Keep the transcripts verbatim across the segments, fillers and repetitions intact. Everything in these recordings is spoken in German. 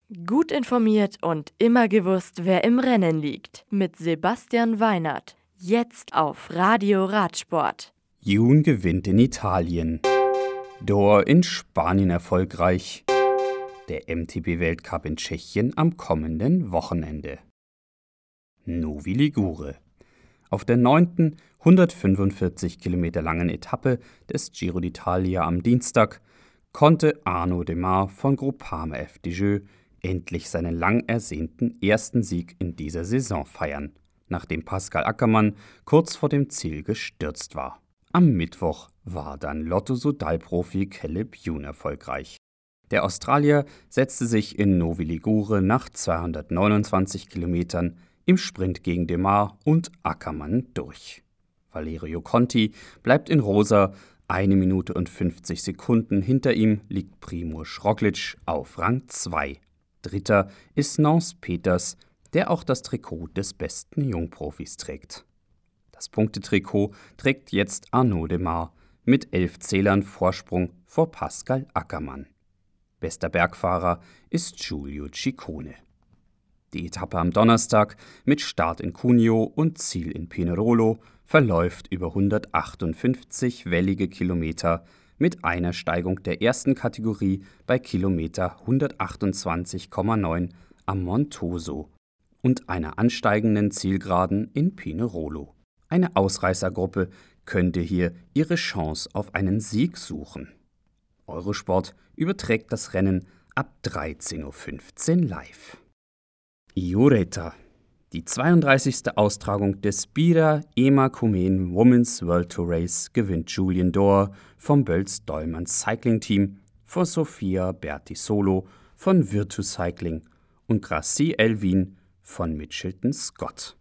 Gut informiert und immer gewusst, wer im Rennen liegt. Mit Sebastian Weinert. Jetzt auf Radio Radsport. Jun gewinnt in Italien. Dor in Spanien erfolgreich. Der M T B-Weltcup in Tschechien am kommenden Wochenende. Novi Ligure. Auf der neunten hundertfünfundvierzig Kilometer langen Etappe des Giro d'Italia am Dienstag konnte Arnaud Démare von Groupama F D J endlich seinen lang ersehnten ersten Sieg in dieser Saison feiern, nachdem Pascal Ackermann kurz vor dem Ziel gestürzt war. Am Mittwoch war dann Lotto-Soudal-Profi Caleb Ewan erfolgreich. Der Australier setzte sich in Novi Ligure nach zweihundertneunundzwanzig Kilometern im Sprint gegen Démare und Ackermann durch. Valerio Conti bleibt in Rosa, eine Minute und fünfzig Sekunden hinter ihm liegt Primož Roglič auf Rang zwei. Dritter ist Nance Peters, der auch das Trikot des besten Jungprofis trägt. Das Punktetrikot trägt jetzt Arnaud Démare mit elf Zählern Vorsprung vor Pascal Ackermann. Bester Bergfahrer ist Giulio Ciccone. Die Etappe am Donnerstag mit Start in Cuneo und Ziel in Pinerolo verläuft über hundertachtundfünfzig wellige Kilometer mit einer Steigung der ersten Kategorie bei Kilometer hundertachtundzwanzig Komma neun am Montoso und einer ansteigenden Zielgeraden in Pinerolo. Eine Ausreißergruppe könnte hier ihre Chance auf einen Sieg suchen. Eurosport überträgt das Rennen ab dreizehn Uhr fünfzehn live. Iureta. Die zweiunddreißigste Austragung des Bira Emakumeen Women's World Tour Race gewinnt Julien Dor vom Bölz-Dollmann Cycling Team vor Sofia Berti-Solo von Virtu Cycling und Gracie Elvin von Mitchelton Scott.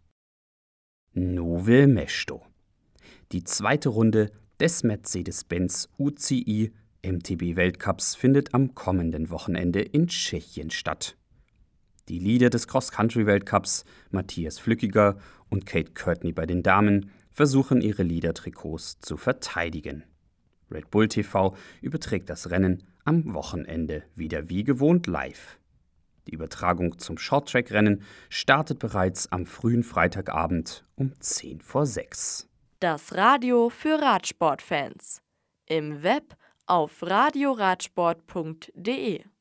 Nove Mesto. Die zweite Runde des Mercedes-Benz U C I M T B-Weltcups findet am kommenden Wochenende in Tschechien statt. Die Leader des Cross-Country-Weltcups, Matthias Flückiger und Kate Courtney bei den Damen, versuchen ihre Leader-Trikots zu verteidigen. Red Bull T V überträgt das Rennen am Wochenende wieder wie gewohnt live. Die Übertragung zum Shorttrack-Rennen startet bereits am frühen Freitagabend um zehn vor sechs. Das Radio für Radsportfans. Im Web auf radioradsport punkt de